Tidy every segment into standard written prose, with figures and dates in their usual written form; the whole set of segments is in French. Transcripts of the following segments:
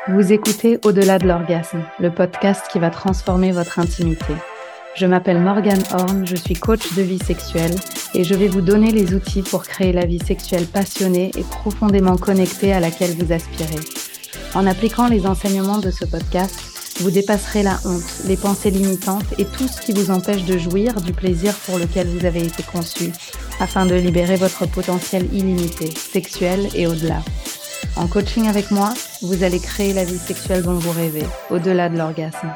Vous écoutez Au-delà de l'orgasme, le podcast qui va transformer votre intimité. Je m'appelle Morgane Horn, je suis coach de vie sexuelle et je vais vous donner les outils pour créer la vie sexuelle passionnée et profondément connectée à laquelle vous aspirez. En appliquant les enseignements de ce podcast, vous dépasserez la honte, les pensées limitantes et tout ce qui vous empêche de jouir du plaisir pour lequel vous avez été conçu, afin de libérer votre potentiel illimité, sexuel et au-delà. En coaching avec moi, vous allez créer la vie sexuelle dont vous rêvez, au-delà de l'orgasme.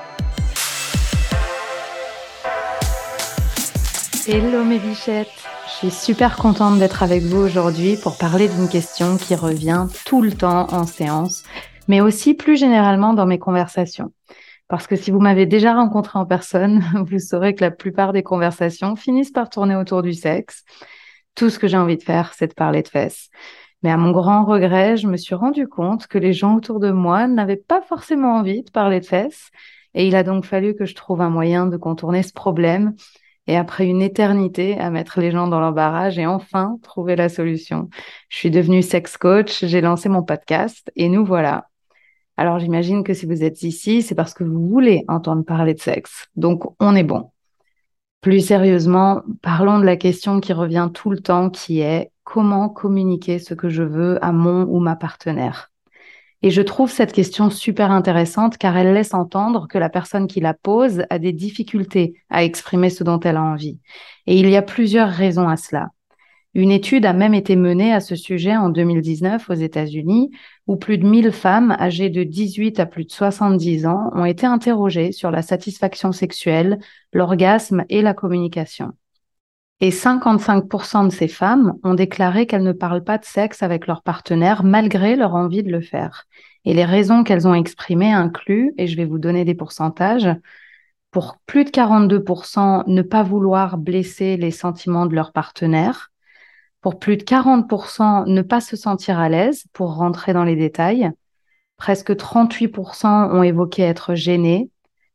Hello mes bichettes, je suis super contente d'être avec vous aujourd'hui pour parler d'une question qui revient tout le temps en séance, mais aussi plus généralement dans mes conversations. Parce que si vous m'avez déjà rencontré en personne, vous saurez que la plupart des conversations finissent par tourner autour du sexe. Tout ce que j'ai envie de faire, c'est de parler de fesses. Mais à mon grand regret, je me suis rendu compte que les gens autour de moi n'avaient pas forcément envie de parler de fesses. Et il a donc fallu que je trouve un moyen de contourner ce problème. Et après une éternité à mettre les gens dans l'embarras, j'ai enfin trouvé la solution. Je suis devenue sex coach, j'ai lancé mon podcast et nous voilà. Alors j'imagine que si vous êtes ici, c'est parce que vous voulez entendre parler de sexe. Donc on est bon. Plus sérieusement, parlons de la question qui revient tout le temps, qui est comment communiquer ce que je veux à mon ou ma partenaire. Et je trouve cette question super intéressante car elle laisse entendre que la personne qui la pose a des difficultés à exprimer ce dont elle a envie. Et il y a plusieurs raisons à cela. Une étude a même été menée à ce sujet en 2019 aux États-Unis, où plus de 1000 femmes âgées de 18 à plus de 70 ans ont été interrogées sur la satisfaction sexuelle, l'orgasme et la communication. Et 55% de ces femmes ont déclaré qu'elles ne parlent pas de sexe avec leur partenaire malgré leur envie de le faire. Et les raisons qu'elles ont exprimées incluent, et je vais vous donner des pourcentages, pour plus de 42%, ne pas vouloir blesser les sentiments de leur partenaire. Pour plus de 40%, ne pas se sentir à l'aise pour rentrer dans les détails. Presque 38% ont évoqué être gênés.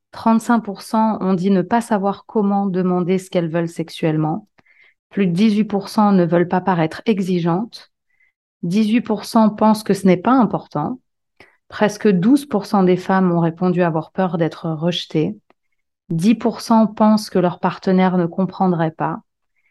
35% ont dit ne pas savoir comment demander ce qu'elles veulent sexuellement. Plus de 18% ne veulent pas paraître exigeantes. 18% pensent que ce n'est pas important. Presque 12% des femmes ont répondu avoir peur d'être rejetées. 10% pensent que leur partenaire ne comprendrait pas.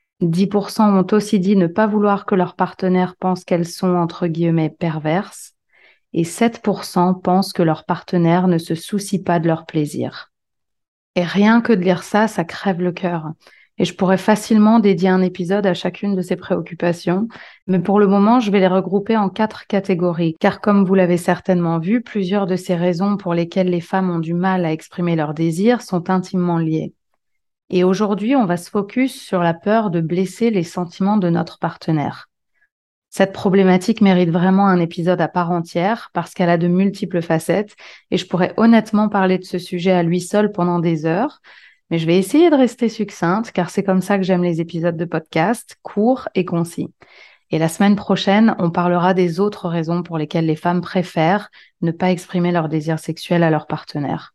10% ont aussi dit ne pas vouloir que leur partenaire pense qu'elles sont, entre guillemets, perverses. Et 7% pensent que leur partenaire ne se soucie pas de leur plaisir. Et rien que de lire ça, ça crève le cœur. Et je pourrais facilement dédier un épisode à chacune de ces préoccupations, mais pour le moment, je vais les regrouper en 4 catégories, car comme vous l'avez certainement vu, plusieurs de ces raisons pour lesquelles les femmes ont du mal à exprimer leurs désirs sont intimement liées. Et aujourd'hui, on va se focus sur la peur de blesser les sentiments de notre partenaire. Cette problématique mérite vraiment un épisode à part entière parce qu'elle a de multiples facettes et je pourrais honnêtement parler de ce sujet à lui seul pendant des heures, mais je vais essayer de rester succincte car c'est comme ça que j'aime les épisodes de podcast, courts et concis. Et la semaine prochaine, on parlera des autres raisons pour lesquelles les femmes préfèrent ne pas exprimer leur désir sexuel à leur partenaire.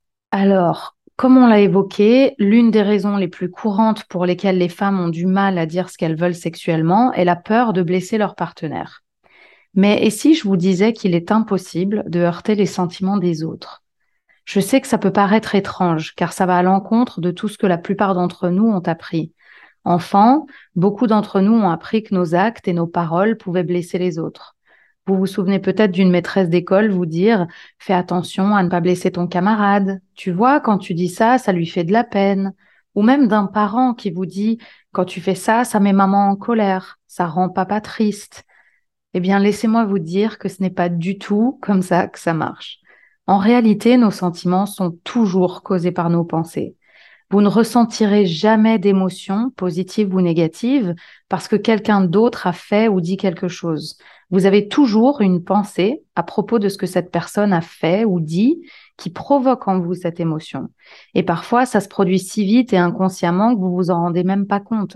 Alors, comme on l'a évoqué, l'une des raisons les plus courantes pour lesquelles les femmes ont du mal à dire ce qu'elles veulent sexuellement est la peur de blesser leur partenaire. Mais et si je vous disais qu'il est impossible de heurter les sentiments des autres? Je sais que ça peut paraître étrange, car ça va à l'encontre de tout ce que la plupart d'entre nous ont appris. Enfants, beaucoup d'entre nous ont appris que nos actes et nos paroles pouvaient blesser les autres. Vous vous souvenez peut-être d'une maîtresse d'école vous dire « Fais attention à ne pas blesser ton camarade. Tu vois, quand tu dis ça, ça lui fait de la peine. » Ou même d'un parent qui vous dit « Quand tu fais ça, ça met maman en colère. Ça rend papa triste. » Eh bien, laissez-moi vous dire que ce n'est pas du tout comme ça que ça marche. En réalité, nos sentiments sont toujours causés par nos pensées. Vous ne ressentirez jamais d'émotions, positives ou négatives, parce que quelqu'un d'autre a fait ou dit quelque chose. Vous avez toujours une pensée à propos de ce que cette personne a fait ou dit qui provoque en vous cette émotion. Et parfois, ça se produit si vite et inconsciemment que vous vous en rendez même pas compte.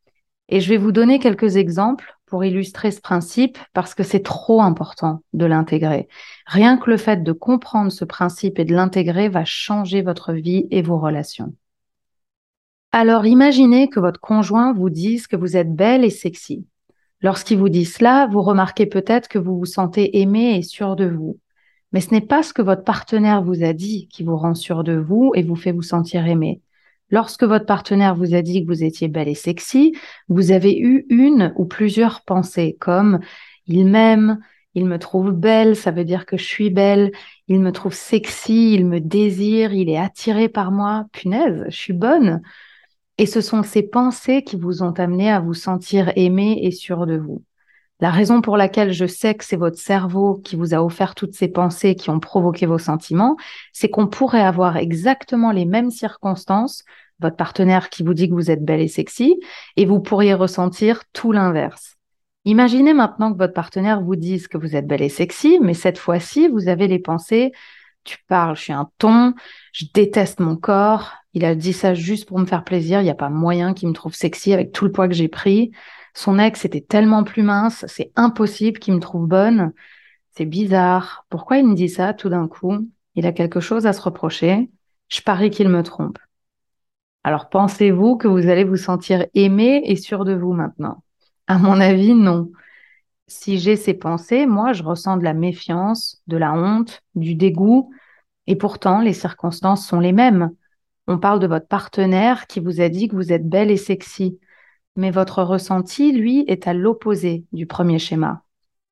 Et je vais vous donner quelques exemples pour illustrer ce principe parce que c'est trop important de l'intégrer. Rien que le fait de comprendre ce principe et de l'intégrer va changer votre vie et vos relations. Alors imaginez que votre conjoint vous dise que vous êtes belle et sexy. Lorsqu'il vous dit cela, vous remarquez peut-être que vous vous sentez aimé et sûr de vous. Mais ce n'est pas ce que votre partenaire vous a dit qui vous rend sûr de vous et vous fait vous sentir aimé. Lorsque votre partenaire vous a dit que vous étiez belle et sexy, vous avez eu une ou plusieurs pensées comme il m'aime, il me trouve belle, ça veut dire que je suis belle, il me trouve sexy, il me désire, il est attiré par moi, punaise, je suis bonne. Et ce sont ces pensées qui vous ont amené à vous sentir aimé et sûr de vous. La raison pour laquelle je sais que c'est votre cerveau qui vous a offert toutes ces pensées qui ont provoqué vos sentiments, c'est qu'on pourrait avoir exactement les mêmes circonstances, votre partenaire qui vous dit que vous êtes belle et sexy, et vous pourriez ressentir tout l'inverse. Imaginez maintenant que votre partenaire vous dise que vous êtes belle et sexy, mais cette fois-ci, vous avez les pensées, tu parles, je suis un thon, je déteste mon corps, il a dit ça juste pour me faire plaisir, il n'y a pas moyen qu'il me trouve sexy avec tout le poids que j'ai pris. Son ex était tellement plus mince, c'est impossible qu'il me trouve bonne. C'est bizarre. Pourquoi il me dit ça tout d'un coup? Il a quelque chose à se reprocher. Je parie qu'il me trompe. Alors pensez-vous que vous allez vous sentir aimé et sûr de vous maintenant? À mon avis, non. Si j'ai ces pensées, moi, je ressens de la méfiance, de la honte, du dégoût, et pourtant, les circonstances sont les mêmes. On parle de votre partenaire qui vous a dit que vous êtes belle et sexy. Mais votre ressenti, lui, est à l'opposé du premier schéma.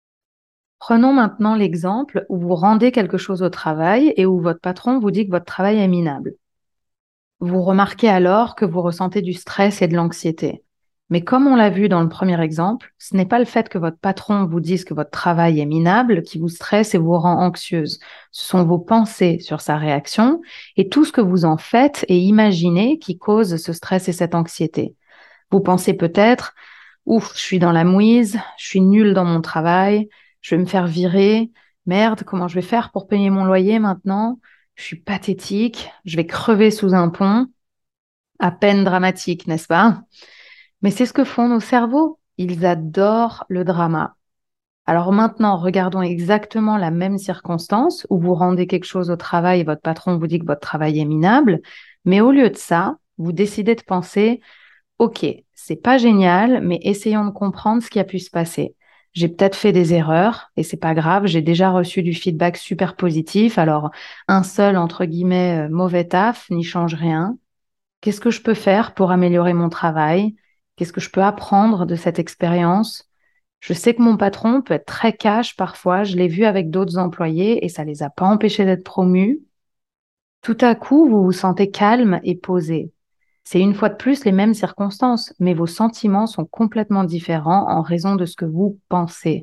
Prenons maintenant l'exemple où vous rendez quelque chose au travail et où votre patron vous dit que votre travail est minable. Vous remarquez alors que vous ressentez du stress et de l'anxiété. Mais comme on l'a vu dans le premier exemple, ce n'est pas le fait que votre patron vous dise que votre travail est minable qui vous stresse et vous rend anxieuse. Ce sont vos pensées sur sa réaction et tout ce que vous en faites et imaginez qui cause ce stress et cette anxiété. Vous pensez peut-être, ouf, je suis dans la mouise, je suis nulle dans mon travail, je vais me faire virer, merde, comment je vais faire pour payer mon loyer maintenant? Je suis pathétique, je vais crever sous un pont. À peine dramatique, n'est-ce pas? Mais c'est ce que font nos cerveaux. Ils adorent le drama. Alors maintenant, regardons exactement la même circonstance où vous rendez quelque chose au travail et votre patron vous dit que votre travail est minable, mais au lieu de ça, vous décidez de penser ok, c'est pas génial, mais essayons de comprendre ce qui a pu se passer. J'ai peut-être fait des erreurs et c'est pas grave, j'ai déjà reçu du feedback super positif, alors un seul, entre guillemets, mauvais taf n'y change rien. Qu'est-ce que je peux faire pour améliorer mon travail? Qu'est-ce que je peux apprendre de cette expérience? Je sais que mon patron peut être très cash parfois, je l'ai vu avec d'autres employés et ça les a pas empêchés d'être promus. Tout à coup, vous vous sentez calme et posé. C'est une fois de plus les mêmes circonstances, mais vos sentiments sont complètement différents en raison de ce que vous pensez.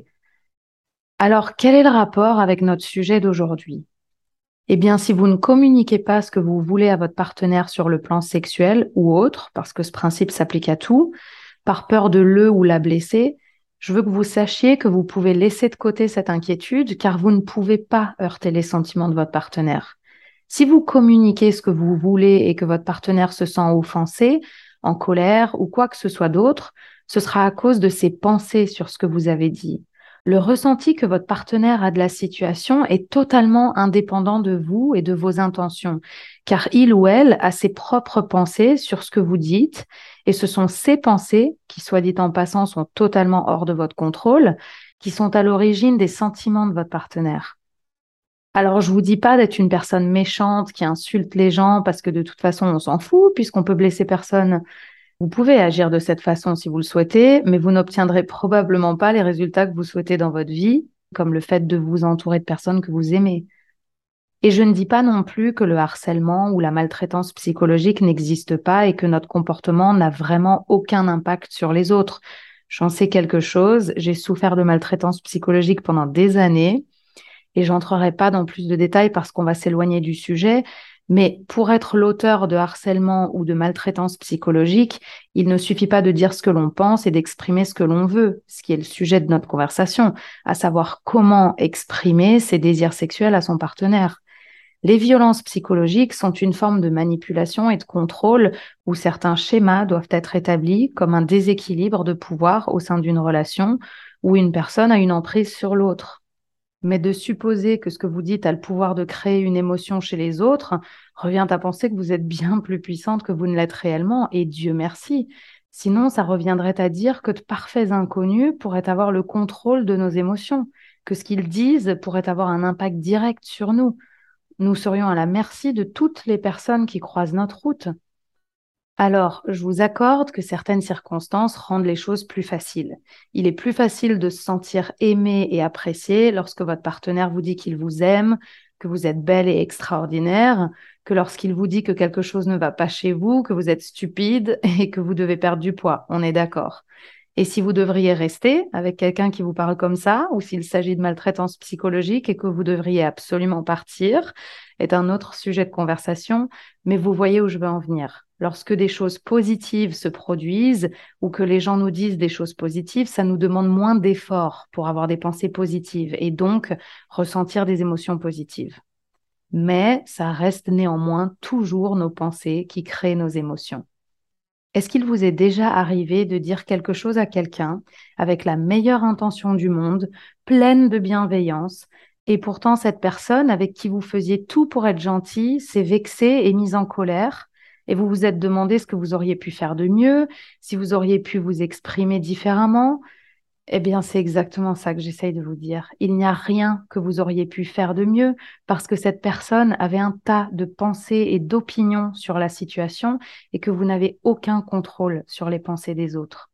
Alors, quel est le rapport avec notre sujet d'aujourd'hui? Eh bien, si vous ne communiquez pas ce que vous voulez à votre partenaire sur le plan sexuel ou autre, parce que ce principe s'applique à tout, par peur de le ou la blesser, je veux que vous sachiez que vous pouvez laisser de côté cette inquiétude car vous ne pouvez pas heurter les sentiments de votre partenaire. Si vous communiquez ce que vous voulez et que votre partenaire se sent offensé, en colère ou quoi que ce soit d'autre, ce sera à cause de ses pensées sur ce que vous avez dit. Le ressenti que votre partenaire a de la situation est totalement indépendant de vous et de vos intentions, car il ou elle a ses propres pensées sur ce que vous dites, et ce sont ces pensées, qui soit dit en passant sont totalement hors de votre contrôle, qui sont à l'origine des sentiments de votre partenaire. Alors, je vous dis pas d'être une personne méchante qui insulte les gens parce que de toute façon, on s'en fout puisqu'on peut blesser personne. Vous pouvez agir de cette façon si vous le souhaitez, mais vous n'obtiendrez probablement pas les résultats que vous souhaitez dans votre vie, comme le fait de vous entourer de personnes que vous aimez. Et je ne dis pas non plus que le harcèlement ou la maltraitance psychologique n'existe pas et que notre comportement n'a vraiment aucun impact sur les autres. J'en sais quelque chose, j'ai souffert de maltraitance psychologique pendant des années et j'entrerai pas dans plus de détails parce qu'on va s'éloigner du sujet, mais pour être l'auteur de harcèlement ou de maltraitance psychologique, il ne suffit pas de dire ce que l'on pense et d'exprimer ce que l'on veut, ce qui est le sujet de notre conversation, à savoir comment exprimer ses désirs sexuels à son partenaire. Les violences psychologiques sont une forme de manipulation et de contrôle où certains schémas doivent être établis comme un déséquilibre de pouvoir au sein d'une relation où une personne a une emprise sur l'autre. Mais de supposer que ce que vous dites a le pouvoir de créer une émotion chez les autres revient à penser que vous êtes bien plus puissante que vous ne l'êtes réellement, et Dieu merci. Sinon, ça reviendrait à dire que de parfaits inconnus pourraient avoir le contrôle de nos émotions, que ce qu'ils disent pourrait avoir un impact direct sur nous. Nous serions à la merci de toutes les personnes qui croisent notre route. Alors, je vous accorde que certaines circonstances rendent les choses plus faciles. Il est plus facile de se sentir aimé et apprécié lorsque votre partenaire vous dit qu'il vous aime, que vous êtes belle et extraordinaire, que lorsqu'il vous dit que quelque chose ne va pas chez vous, que vous êtes stupide et que vous devez perdre du poids. On est d'accord. Et si vous devriez rester avec quelqu'un qui vous parle comme ça, ou s'il s'agit de maltraitance psychologique et que vous devriez absolument partir, est un autre sujet de conversation, mais vous voyez où je veux en venir. Lorsque des choses positives se produisent ou que les gens nous disent des choses positives, ça nous demande moins d'efforts pour avoir des pensées positives et donc ressentir des émotions positives. Mais ça reste néanmoins toujours nos pensées qui créent nos émotions. Est-ce qu'il vous est déjà arrivé de dire quelque chose à quelqu'un avec la meilleure intention du monde, pleine de bienveillance, et pourtant cette personne avec qui vous faisiez tout pour être gentil s'est vexée et mise en colère, et vous vous êtes demandé ce que vous auriez pu faire de mieux, si vous auriez pu vous exprimer différemment? Eh bien, c'est exactement ça que j'essaye de vous dire. Il n'y a rien que vous auriez pu faire de mieux parce que cette personne avait un tas de pensées et d'opinions sur la situation et que vous n'avez aucun contrôle sur les pensées des autres.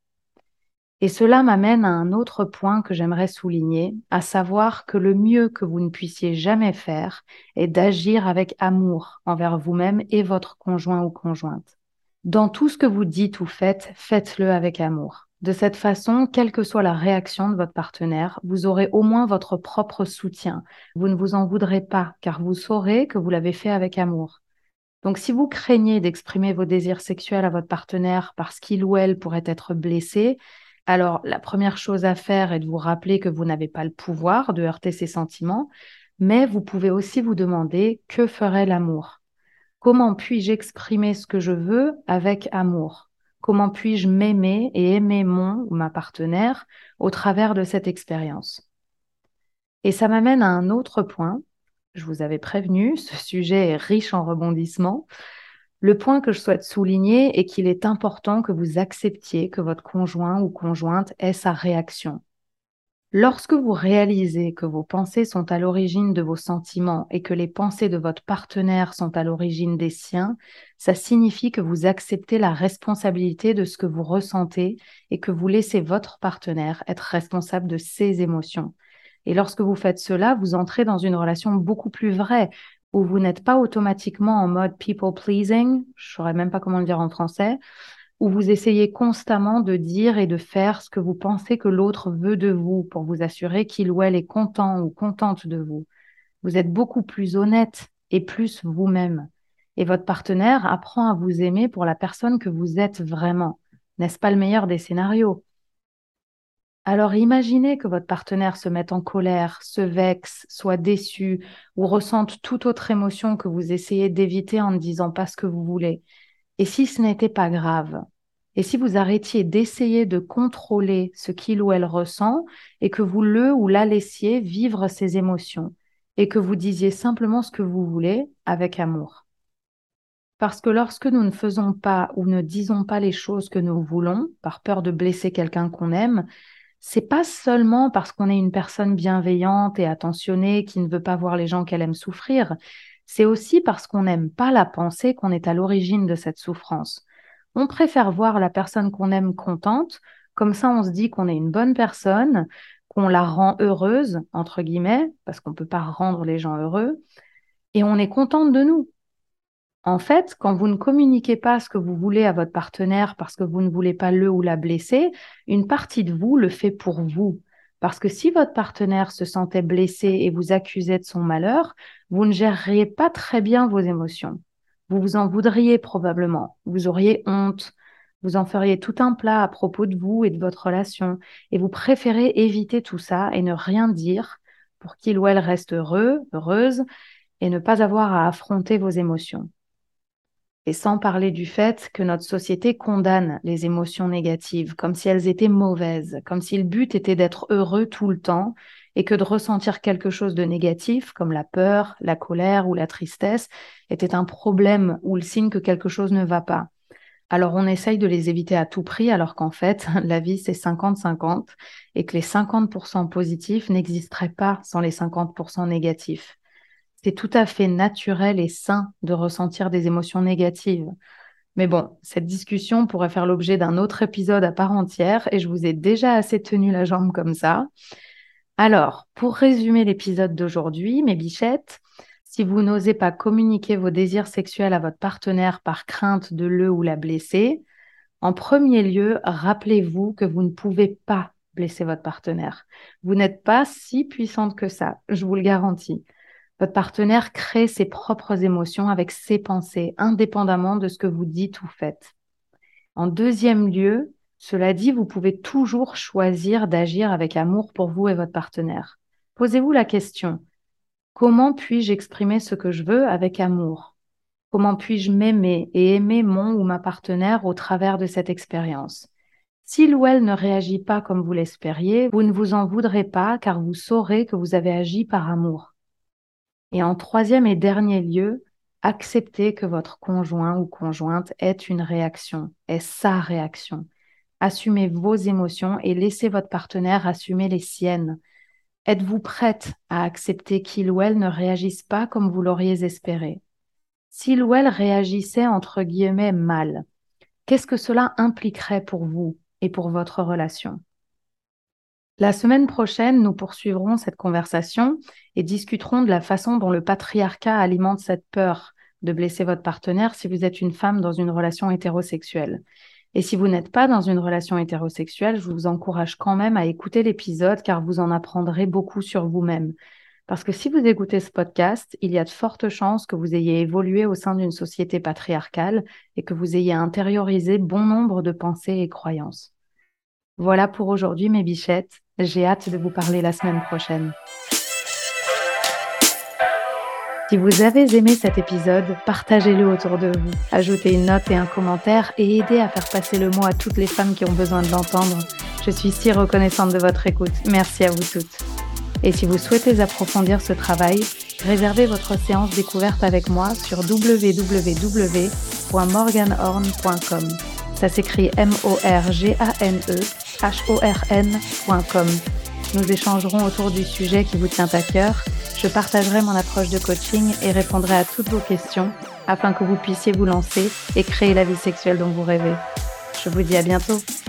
Et cela m'amène à un autre point que j'aimerais souligner, à savoir que le mieux que vous ne puissiez jamais faire est d'agir avec amour envers vous-même et votre conjoint ou conjointe. Dans tout ce que vous dites ou faites, faites-le avec amour. De cette façon, quelle que soit la réaction de votre partenaire, vous aurez au moins votre propre soutien. Vous ne vous en voudrez pas, car vous saurez que vous l'avez fait avec amour. Donc, si vous craignez d'exprimer vos désirs sexuels à votre partenaire parce qu'il ou elle pourrait être blessé, alors la première chose à faire est de vous rappeler que vous n'avez pas le pouvoir de heurter ses sentiments, mais vous pouvez aussi vous demander que ferait l'amour. Comment puis-je exprimer ce que je veux avec amour? Comment puis-je m'aimer et aimer mon ou ma partenaire au travers de cette expérience? Et ça m'amène à un autre point. Je vous avais prévenu, ce sujet est riche en rebondissements. Le point que je souhaite souligner est qu'il est important que vous acceptiez que votre conjoint ou conjointe ait sa réaction. Lorsque vous réalisez que vos pensées sont à l'origine de vos sentiments et que les pensées de votre partenaire sont à l'origine des siens, ça signifie que vous acceptez la responsabilité de ce que vous ressentez et que vous laissez votre partenaire être responsable de ses émotions. Et lorsque vous faites cela, vous entrez dans une relation beaucoup plus vraie, où vous n'êtes pas automatiquement en mode people pleasing, je ne saurais même pas comment le dire en français, où vous essayez constamment de dire et de faire ce que vous pensez que l'autre veut de vous pour vous assurer qu'il ou elle est content ou contente de vous. Vous êtes beaucoup plus honnête et plus vous-même. Et votre partenaire apprend à vous aimer pour la personne que vous êtes vraiment. N'est-ce pas le meilleur des scénarios? Alors imaginez que votre partenaire se mette en colère, se vexe, soit déçu ou ressente toute autre émotion que vous essayez d'éviter en ne disant pas ce que vous voulez. Et si ce n'était pas grave? Et si vous arrêtiez d'essayer de contrôler ce qu'il ou elle ressent et que vous le ou la laissiez vivre ses émotions et que vous disiez simplement ce que vous voulez avec amour? Parce que lorsque nous ne faisons pas ou ne disons pas les choses que nous voulons, par peur de blesser quelqu'un qu'on aime, c'est pas seulement parce qu'on est une personne bienveillante et attentionnée qui ne veut pas voir les gens qu'elle aime souffrir, c'est aussi parce qu'on n'aime pas la pensée qu'on est à l'origine de cette souffrance. On préfère voir la personne qu'on aime contente, comme ça on se dit qu'on est une bonne personne, qu'on la rend heureuse, entre guillemets, parce qu'on ne peut pas rendre les gens heureux, et on est contente de nous. En fait, quand vous ne communiquez pas ce que vous voulez à votre partenaire parce que vous ne voulez pas le ou la blesser, une partie de vous le fait pour vous. Parce que si votre partenaire se sentait blessé et vous accusait de son malheur, vous ne géreriez pas très bien vos émotions. Vous vous en voudriez probablement. Vous auriez honte. Vous en feriez tout un plat à propos de vous et de votre relation. Et vous préférez éviter tout ça et ne rien dire pour qu'il ou elle reste heureux, heureuse et ne pas avoir à affronter vos émotions. Et sans parler du fait que notre société condamne les émotions négatives, comme si elles étaient mauvaises, comme si le but était d'être heureux tout le temps et que de ressentir quelque chose de négatif, comme la peur, la colère ou la tristesse, était un problème ou le signe que quelque chose ne va pas. Alors, on essaye de les éviter à tout prix, alors qu'en fait, la vie, c'est 50-50 et que les 50% positifs n'existeraient pas sans les 50% négatifs. C'est tout à fait naturel et sain de ressentir des émotions négatives. Mais bon, cette discussion pourrait faire l'objet d'un autre épisode à part entière et je vous ai déjà assez tenu la jambe comme ça. Alors, pour résumer l'épisode d'aujourd'hui, mes bichettes, si vous n'osez pas communiquer vos désirs sexuels à votre partenaire par crainte de le ou la blesser, en premier lieu, rappelez-vous que vous ne pouvez pas blesser votre partenaire. Vous n'êtes pas si puissante que ça, je vous le garantis. Votre partenaire crée ses propres émotions avec ses pensées, indépendamment de ce que vous dites ou faites. En deuxième lieu, cela dit, vous pouvez toujours choisir d'agir avec amour pour vous et votre partenaire. Posez-vous la question, comment puis-je exprimer ce que je veux avec amour? Comment puis-je m'aimer et aimer mon ou ma partenaire au travers de cette expérience? S'il ou elle ne réagit pas comme vous l'espériez, vous ne vous en voudrez pas car vous saurez que vous avez agi par amour. Et en troisième et dernier lieu, acceptez que votre conjoint ou conjointe ait une réaction, ait sa réaction. Assumez vos émotions et laissez votre partenaire assumer les siennes. Êtes-vous prête à accepter qu'il ou elle ne réagisse pas comme vous l'auriez espéré? S'il ou elle réagissait entre guillemets mal, qu'est-ce que cela impliquerait pour vous et pour votre relation? La semaine prochaine, nous poursuivrons cette conversation et discuterons de la façon dont le patriarcat alimente cette peur de blesser votre partenaire si vous êtes une femme dans une relation hétérosexuelle. Et si vous n'êtes pas dans une relation hétérosexuelle, je vous encourage quand même à écouter l'épisode car vous en apprendrez beaucoup sur vous-même. Parce que si vous écoutez ce podcast, il y a de fortes chances que vous ayez évolué au sein d'une société patriarcale et que vous ayez intériorisé bon nombre de pensées et croyances. Voilà pour aujourd'hui, mes bichettes. J'ai hâte de vous parler la semaine prochaine. Si vous avez aimé cet épisode, partagez-le autour de vous. Ajoutez une note et un commentaire et aidez à faire passer le mot à toutes les femmes qui ont besoin de l'entendre. Je suis si reconnaissante de votre écoute. Merci à vous toutes. Et si vous souhaitez approfondir ce travail, réservez votre séance découverte avec moi sur www.morganhorn.com. Ça s'écrit morganehorn.com. Nous échangerons autour du sujet qui vous tient à cœur. Je partagerai mon approche de coaching et répondrai à toutes vos questions afin que vous puissiez vous lancer et créer la vie sexuelle dont vous rêvez. Je vous dis à bientôt.